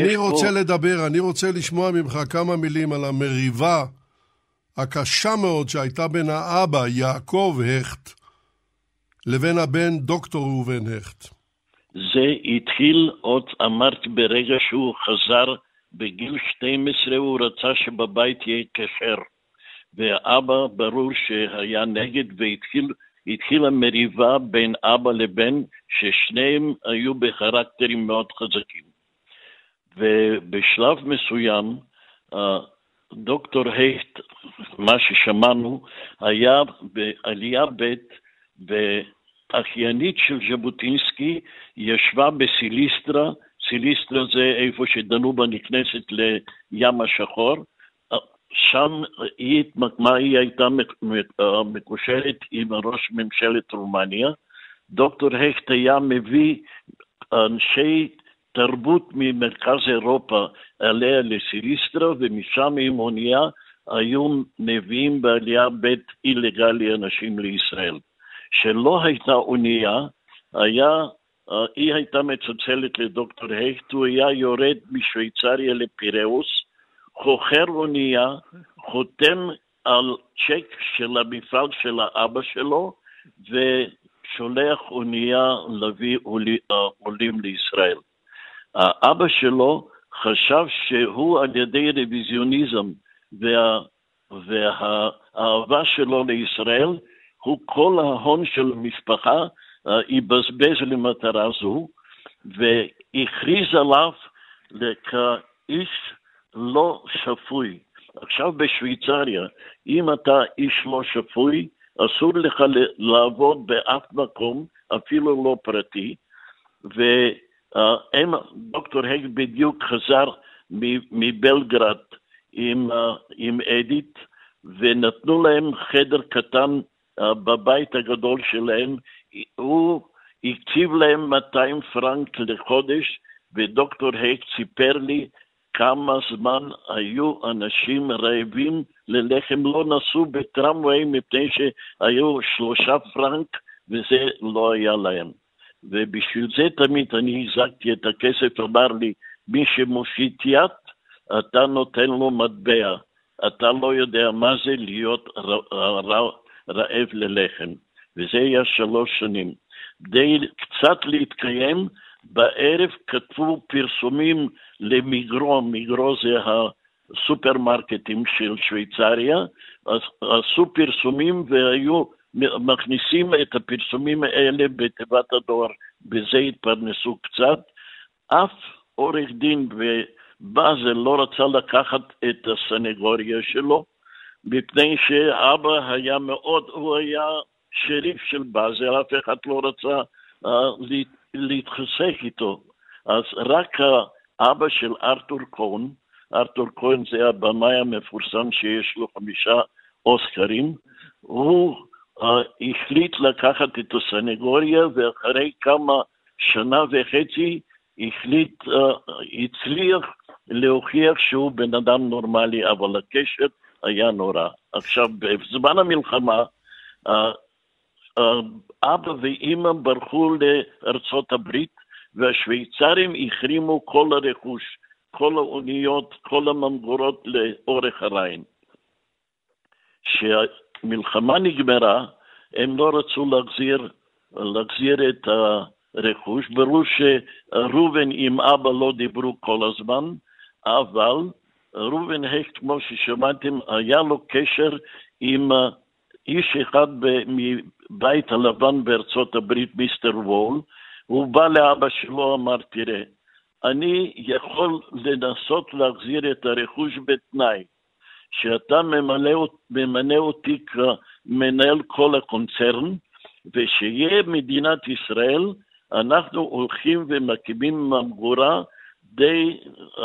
[SPEAKER 3] אני רוצה לשמוע ממך כמה מילים על המריבה הקשה מאוד שהייתה בין האבא יעקב הכט לבין הבן דוקטור ראובן הכט.
[SPEAKER 6] זה התחיל עוד, אמרתי, ברגע שהוא חזר בגיל 12, הוא רצה שבבית יהיה כשר. והאבא ברור שהיה נגד, והתחילה מריבה בין אבא לבן, ששניהם היו בחרקטרים מאוד חזקים. ובשלב מסוים, דוקטור הכט, מה ששמענו, היה בעלייה ב' ואחיינית של ז'בוטינסקי ישבה בסיליסטרה, סיליסטרה זה איפה שדנובה נכנסת לים השחור, שם היא התמקמה, היא הייתה מקושרת עם ראש ממשלת רומניה. דוקטור הכט היה מביא אנשי תרבות ממרכז אירופה עליה לסיליסטרה, ומשם עם אונייה היו מביאים בעלייה בית אילגלי אנשים לישראל. שלא הייתה אונייה, היא הייתה מצלצלת לדוקטור הכט, הוא היה יורד משוויצריה לפיראוס, חוכר אונייה, חותם על צ'ק של המפעל של האבא שלו, ושולח אונייה להביא עולים לישראל. האבא שלו חשב שהוא על ידי רוויזיוניזם והאהבה שלו לישראל, הוא כל ההון של המשפחה יבזבז למטרה זו, והכריז עליו כאיש לא שפוי. עכשיו בשוויצריה, אם אתה איש לא שפוי, אסור לך לעבוד באף מקום, אפילו לא פרטי, דוקטור הכט בדיוק חזר מבלגרד עם אדית, ונתנו להם חדר קטן בבית הגדול שלהם. הוא הקציב להם 200 פרנק לחודש, ודוקטור הכט סיפר לי כמה זמן היו אנשים רעבים ללחם, לא נסעו בטרמווי מפני שהיו 3 פרנק וזה לא היה להם. ובשביל זה תמיד אני הזקתי את הכסף, אמר לי, מי שמושיט יד, אתה נותן לו מטבע. אתה לא יודע מה זה להיות רעב ללחם. וזה היה 3 שנים. כדי קצת להתקיים, בערב כתבו פרסומים למיגרו, מיגרו זה הסופרמרקטים של שוויצריה, אז עשו פרסומים והיו מכניסים את הפרסומים האלה בתיבת הדואר, בזה התפרנסו קצת. אף עורך דין בבאזל לא רצה לקחת את הסנגוריה שלו, מפני שאבא היה מאוד, הוא היה שריף של באזל, אף אחד לא רצה להתחזק איתו. אז רק האבא של ארתור קוהן זה הבמאי המפורסם שיש לו 5 אוסקרים, הוא החליט לקחת את הסנגוריה, ואחרי כמה שנה וחצי הצליח להוכיח שהוא בן אדם נורמלי, אבל הקשר היה נורא. עכשיו, בזמן המלחמה, אבא ואמא ברחו לארצות הברית, והשוויצרים החרימו כל הרכוש, כל האוניות, כל הממגורות לאורך הריין. כשהמלחמה נגמרה, הם לא רצו להחזיר את הרכוש. ברור שרובן עם אבא לא דיברו כל הזמן, אבל ראובן הכט, כמו ששמעתם, היה לו קשר עם איש אחד מבית הלבן בארצות הברית, מיסטר וול. הוא בא לאבא שלו, אמר, תראה, אני יכול לנסות להחזיר את הרכוש בתנאי, שאתה ממנה אותי כמנהל כל הקונצרן, ושיהיה מדינת ישראל, אנחנו הולכים ומקימים ממגורה די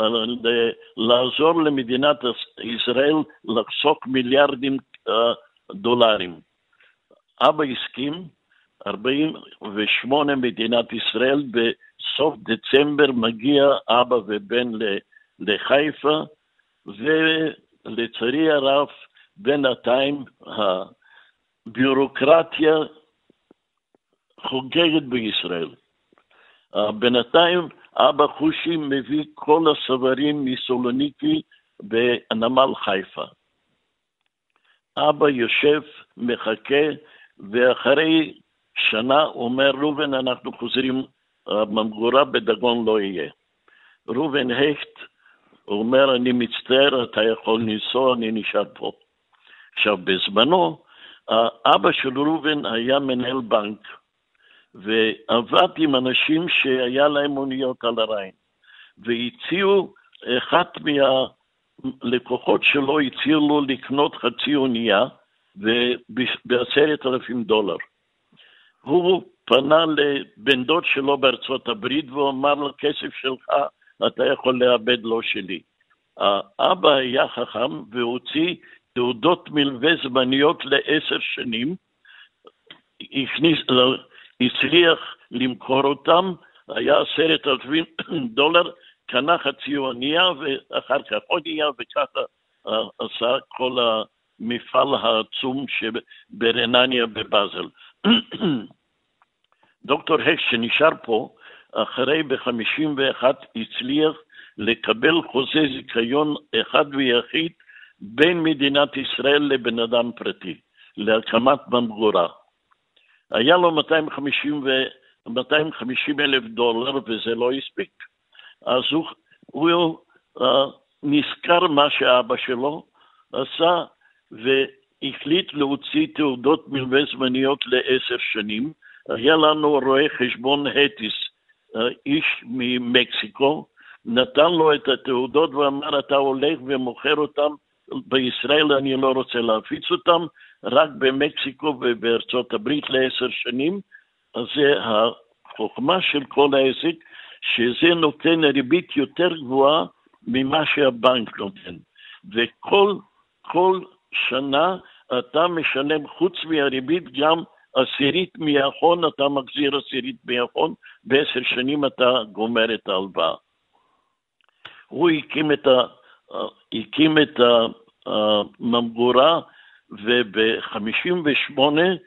[SPEAKER 6] לעזור למדינת ישראל לחסוך מיליארדים דולרים. אבא הסכים, 48 מדינת ישראל, בסוף דצמבר מגיע אבא ובן לחיפה, ולצערי הרב בינתיים הביורוקרטיה חוגגת בישראל. בינתיים אבא חושי מביא כל הסברים מסולוניקי בנמל חיפה. אבא יושב, מחכה, ואחרי שנה אומר רובן, אנחנו חוזרים, הממגורה בדגון לא יהיה. רובן הכט אומר, אני מצטער, אתה יכול לנסוע, אני נשאר פה. עכשיו, בזמנו, אבא של רובן היה מנהל בנק, ועבד עם אנשים שהיה להם אוניות על הריין, והציעו, אחת מהלקוחות שלו הציעו לו לקנות חצי אונייה, ב$10,000. הוא פנה לבן דוד שלו בארצות הברית, ואומר לו, כסף שלך, אתה יכול לאבד, לא שלי. האבא היה חכם, והוציא תעודות מלווה זמניות ל10 שנים, הצליח למכור אותם, היה $10,000, קנה חצי אונייה, ואחר כך אונייה, וככה עשה כל המפעל העצום ברנניה בבאזל. דוקטור הקט שנשאר פה, אחרי ב-51 הצליח לקבל חוזה זיכיון אחד ויחיד בין מדינת ישראל לבן אדם פרטי, להקמת ממגורה. היה לו $250,000, וזה לא הספיק. אז הוא נזכר מה שאבא שלו עשה, והחליט להוציא תעודות מלווה זמניות ל10 שנים. היה לנו רואה חשבון הטיס, איש ממקסיקו, נתן לו את התעודות ואמר, אתה הולך ומוכר אותם בישראל, אני לא רוצה להפיץ אותם, רק במקסיקו ובארצות הברית ל10 שנים. אז זה החוכמה של כל העסק, שזה נותן ריבית יותר גבוהה ממה שהבנק נותן. וכל שנה אתה משלם חוץ מהריבית גם 10% מההון, אתה מחזיר 10% מההון, ב10 שנים אתה גומר את ההלוואה. הוא הקים את הממגורה, וב-58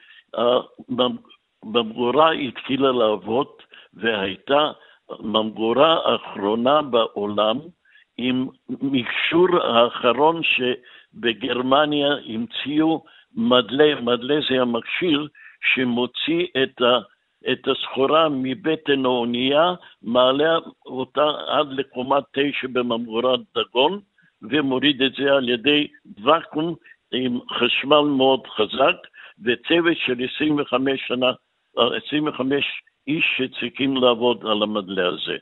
[SPEAKER 6] הממגורה התחילה לעבוד, והייתה ממגורה האחרונה בעולם, עם מכשור האחרון שבגרמניה המציאו מדלה זה המכשיר שמוציא את הסחורה מבטן האונייה, מעלה אותה עד לקומה 9 בממגורת דגון, ומוריד את זה על ידי ואקום עם חשמל מאוד חזק, וצוות של 25 איש שצריכים לעבוד על המדלה הזה.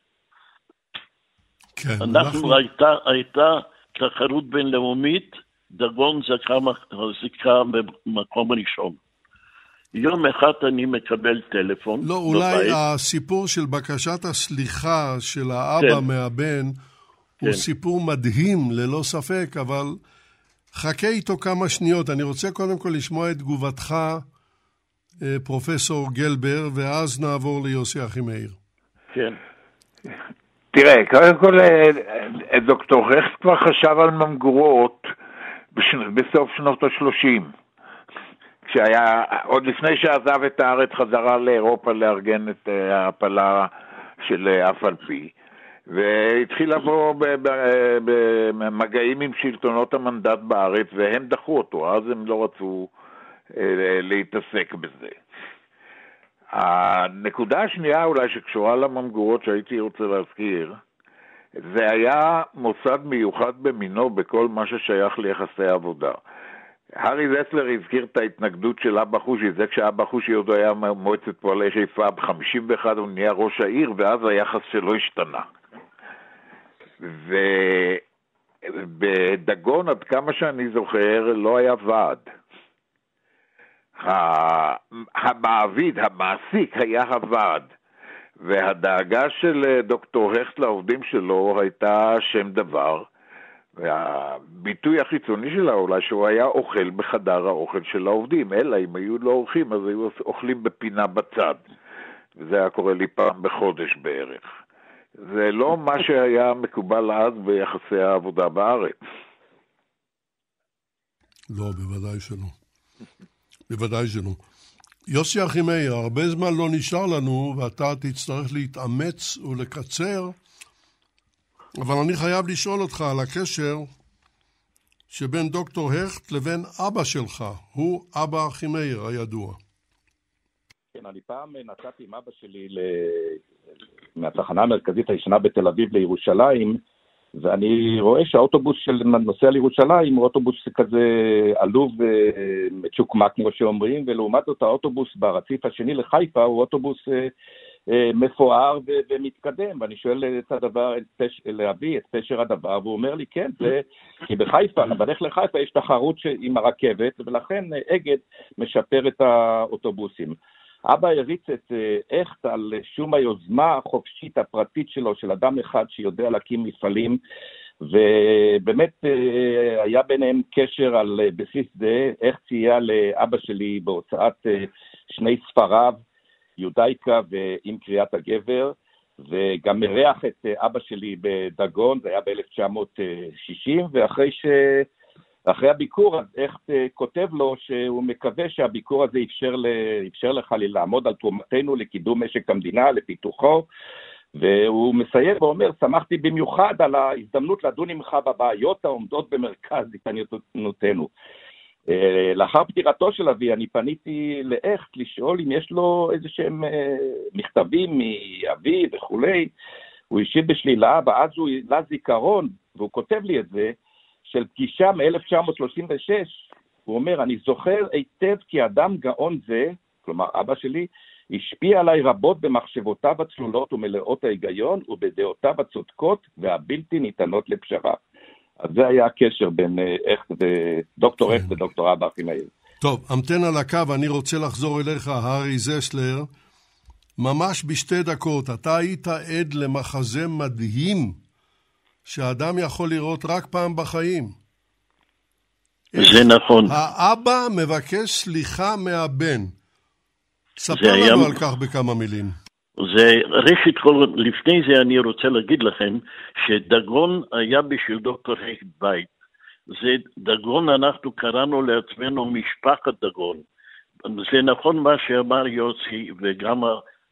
[SPEAKER 3] כן,
[SPEAKER 6] הייתה תחרות בינלאומית, דגון זכה במקום ראשון. יום אחד אני מקבל טלפון.
[SPEAKER 3] לא, אולי הסיפור של בקשת הסליחה של האבא מהבן, הוא סיפור מדהים ללא ספק, אבל חכה איתו כמה שניות. אני רוצה קודם כל לשמוע את תגובתך, פרופסור גלבר, ואז נעבור ליוסי אחימאיר.
[SPEAKER 4] כן. תראה, קודם כל, דוקטור הקט כבר חשב על ממגורות בסוף שנות ה-30. כשהיה, עוד לפני שעזב את הארץ, חזרה לאירופה לארגן את ההפלה של אף על פי, והתחיל לבוא במגעים עם שלטונות המנדט בארץ, והם דחו אותו, אז הם לא רצו להתעסק בזה. הנקודה השנייה אולי שקשורה לממגורות שהייתי רוצה להזכיר, זה היה מוסד מיוחד במינו בכל מה ששייך ליחסי עבודה. הארי זסלר הזכיר את ההתנגדות של אבא חושי, זה כשאבא חושי עוד היה מועצת פועלי חיפה, ב-51 הוא נהיה ראש העיר, ואז היחס שלו השתנה. ובדגון, עד כמה שאני זוכר, לא היה ועד. המעביד, המעסיק היה הוועד, והדאגה של דוקטור הכט לעובדים שלו הייתה שם דבר, והביטוי החיצוני שלה אולי שהוא היה אוכל בחדר האוכל של העובדים, אלא אם היו לו אורחים אז היו אוכלים בפינה בצד, וזה היה קורה לי פעם בחודש בערך. זה לא מה שהיה מקובל אז ביחסי העבודה בארץ.
[SPEAKER 3] לא, בוודאי שלא. בוודאי שלא. יוסי אחימאיר, הרבה זמן לא נשאר לנו, ואתה תצטרך להתאמץ ולקצר, אבל אני חייב לשאול אותך על הקשר שבין דוקטור הכט לבין אבא שלך, הוא אבא אחימאיר הידוע.
[SPEAKER 5] כן, אני פעם נסעתי עם אבא שלי מהתחנה המרכזית הישנה בתל אביב לירושלים, ואני רואה שהאוטובוס של נוסע לירושלים הוא אוטובוס כזה עלוב ומצ'וקמק כמו שאומרים, ולעומת זאת האוטובוס ברציף השני לחיפה הוא אוטובוס מפואר ומתקדם, ואני שואל את הדבר, להביא את פשר הדבר, והוא אומר לי כן, זה כי בחיפה, בדרך לחיפה יש תחרות עם הרכבת, ולכן אגד משפר את האוטובוסים. אבא הריץ את הכט על שום היוזמה החופשית הפרטית שלו, של אדם אחד שיודע להקים מפעלים, ובאמת היה ביניהם קשר על בסיס זה. הכט סייע לאבא שלי בהוצאת שני ספריו, יודאיקה ועם קריאת הגבר, וגם מריח את אבא שלי בדגון, זה היה ב-1960, ואחרי הביקור, אז הכט כותב לו שהוא מקווה שהביקור הזה אפשר לך לעמוד על תרומתנו לקידום משק המדינה, לפיתוחו, והוא מסיים ואומר, שמחתי במיוחד על ההזדמנות לדון עמך בבעיות העומדות במרכז התעניינותנו. לאחר פטירתו של אבי, אני פניתי להכט לשאול אם יש לו איזה שהם מכתבים מאבי וכולי, הוא השיב בשלילה, ואז הוא לזיכרון, והוא כותב לי את זה, של פגישה מ-1936, הוא אומר, אני זוכר היטב כי אדם גאון זה, כלומר אבא שלי, השפיע עליי רבות במחשבותיו הצלולות ומלאות ההיגיון, ובדעותיו הצודקות והבלתי ניתנות לפשרה. אז זה היה הקשר בין דוקטור הכט ודוקטור אבא אחימאיר.
[SPEAKER 3] טוב, המתן על הקו, אני רוצה לחזור אליך, הרי זסלר, ממש בשתי דקות, אתה היית עד למחזה מדהים, שאדם יכול לראות רק פעם בחיים.
[SPEAKER 6] זה נכון.
[SPEAKER 3] האבא מבקש סליחה מהבן. ספר לנו על כך בכמה מילים.
[SPEAKER 6] זה ראשית כל, לפני זה אני רוצה להגיד לכם שדגון היה בשביל דוקטור הכט בית. זה דגון, אנחנו קראנו לעצמנו משפחת דגון. זה נכון מה שאמר יוסי וגם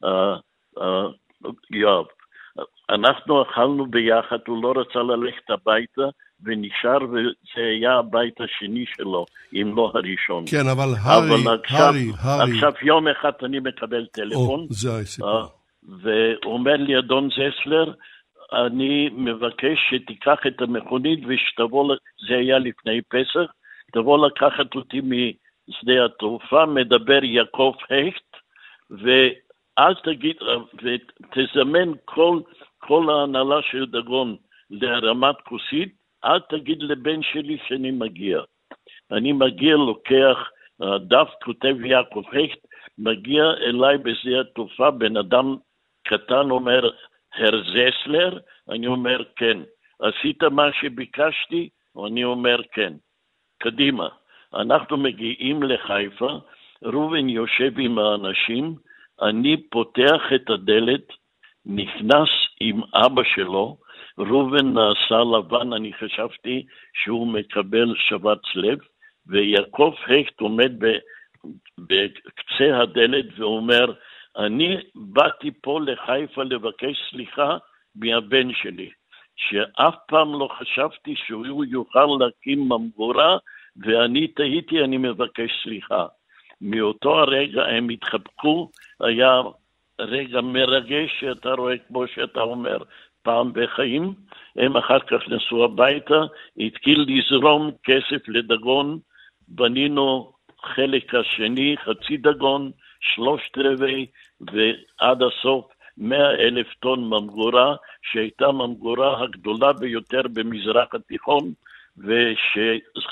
[SPEAKER 6] יואב. אנחנו אכלנו ביחד, הוא לא רצה ללכת הביתה ונשאר, וזה היה הבית השני שלו, אם לא הראשון.
[SPEAKER 3] כן, אבל הרי.
[SPEAKER 6] עכשיו יום אחד אני מקבל טלפון,
[SPEAKER 3] זה הסיפור.
[SPEAKER 6] ואומר לי אדון זסלר, אני מבקש שתיקח את המכונית ושתבוא, זה היה לפני פסח, תבוא לקחת אותי משדה התעופה, מדבר יעקב הכט, ואל תגיד, ותזמן כל ההנהלה של דגון לרמת כוסית, אל תגיד לבן שלי שאני מגיע. אני מגיע, לוקח דף, כותב יעקב הכט, מגיע אליי בשדה התעופה, בן אדם קטן אומר, הר זסלר, אני אומר כן. עשית מה שביקשתי? אני אומר כן. קדימה. אנחנו מגיעים לחיפה, ראובן יושב עם האנשים, אני פותח את הדלת, נכנס עם אבא שלו, ראובן נעשה לבן, אני חשבתי שהוא מקבל שבץ לב, ויעקב הכט עומד בקצה הדלת ואומר, אני באתי פה לחיפה לבקש סליחה מהבן שלי, שאף פעם לא חשבתי שהוא יוכל להקים ממגורה, ואני תהיתי, אני מבקש סליחה. מאותו הרגע הם התחבקו, היה רגע מרגש שאתה רואה כמו שאתה אומר, פעם בחיים, הם אחר כך נסעו הביתה, התחיל לזרום כסף לדגון, בנינו חלק השני, חצי דגון, 3/4, ועד הסוף 100,000 טון ממגורה, שהייתה ממגורה הגדולה ביותר במזרח התיכון,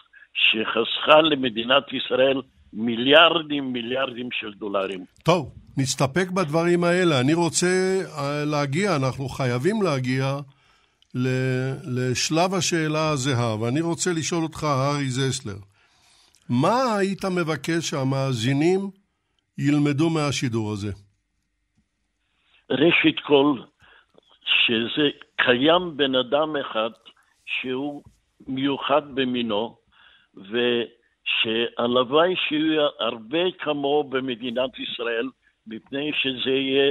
[SPEAKER 6] שחסכה למדינת ישראל מיליארדים של דולרים.
[SPEAKER 3] טוב, נסתפק בדברים האלה. אני רוצה להגיע, אנחנו חייבים להגיע לשלב השאלה הזהה, ואני רוצה לשאול אותך, ארי זסלר, מה היית מבקש שהמאזינים ילמדו מהשידור הזה?
[SPEAKER 6] ראשית כל, שזה קיים בן אדם אחד שהוא מיוחד במינו, ושהלוואי שיהיו הרבה כמו במדינת ישראל, מפני שזה יהיה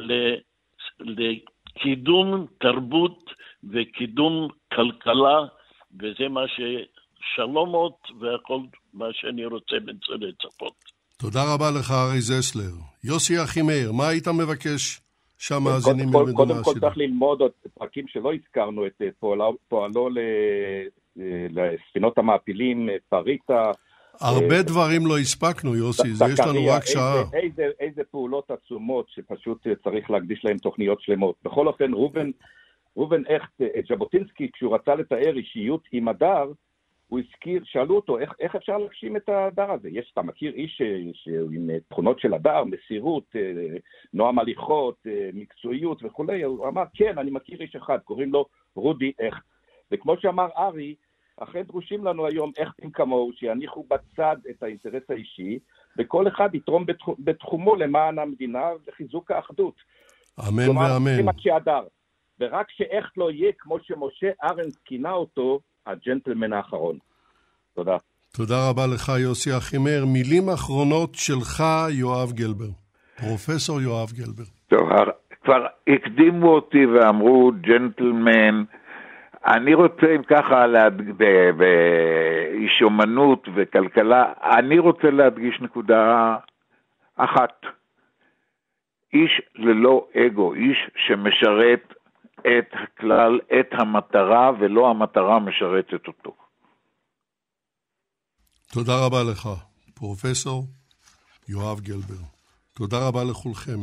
[SPEAKER 6] לקידום תרבות וקידום כלכלה, וזה מה ששלומות והכל מה שאני רוצה לצפות.
[SPEAKER 3] תודה רבה לך, ארי זסלר. יוסי אחימאיר, מה היית מבקש שהמאזינים ילמדו מהשידור?
[SPEAKER 5] קודם כל צריך ללמוד עוד פרקים שלא הזכרנו, את פועלו לספינות המעפילים, פריטה.
[SPEAKER 3] הרבה דברים לא הספקנו, יוסי, יש לנו רק שעה.
[SPEAKER 5] איזה פעולות עצומות שפשוט צריך להקדיש להם תוכניות שלמות. בכל אופן, ראובן הכט, ז'בוטינסקי, כשהוא רצה לתאר אישיות עם הדר, הוא הזכיר, שאלו אותו, איך אפשר להגשים את הדר הזה? אתה מכיר איש עם תכונות של הדר, מסירות, נועם הליכות, מקצועיות וכו'. הוא אמר, כן, אני מכיר איש אחד, קוראים לו רודי הכט. וכמו שאמר ארי, אכן דרושים לנו היום הכטים כמוהו, שיניחו בצד את האינטרס האישי, וכל אחד יתרום בתחומו למען המדינה וחיזוק האחדות.
[SPEAKER 3] אמן ואמן.
[SPEAKER 5] כלומר, שהדר. ורק שאיך לא יהיה, כמו שמשה ארנס כינה אותו, הג'נטלמן האחרון. תודה.
[SPEAKER 3] תודה רבה לך, יוסי אחימאיר. מילים אחרונות שלך, יואב גלבר. פרופסור יואב גלבר.
[SPEAKER 4] טוב, כבר הקדימו אותי ואמרו ג'נטלמן. אני רוצה, אם ככה, באיש אומנות וכלכלה, אני רוצה להדגיש נקודה אחת. איש ללא אגו, איש שמשרת את הכלל, את המטרה, ולא המטרה משרתת אותו.
[SPEAKER 3] תודה רבה לך, פרופסור יואב גלבר. תודה רבה לכולכם.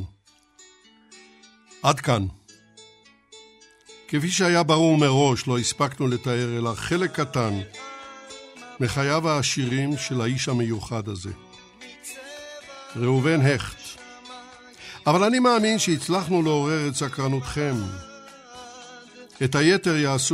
[SPEAKER 3] עד כאן. כפי שהיה ברור מראש, לא הספקנו לתאר אלא חלק קטן מחייו העשירים של האיש המיוחד הזה. ראובן הכט. אבל אני מאמין שהצלחנו לעורר את סקרנותכם. את היתר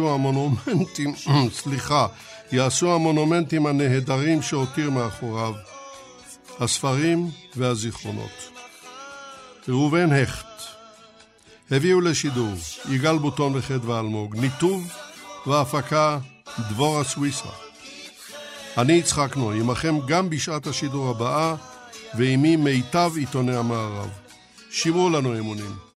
[SPEAKER 3] יעשו המונומנטים הנהדרים שהותיר מאחוריו, הספרים והזיכרונות. ראובן הכט. הביאו לשידור יגאל בוטון וחדווה אלמוג, ניתוב והפקה דבורה סוויסה. אני יצחק נוי, עמכם גם בשעת השידור הבאה, ועימי מיטב עיתוני המערב. שימרו לנו אמונים.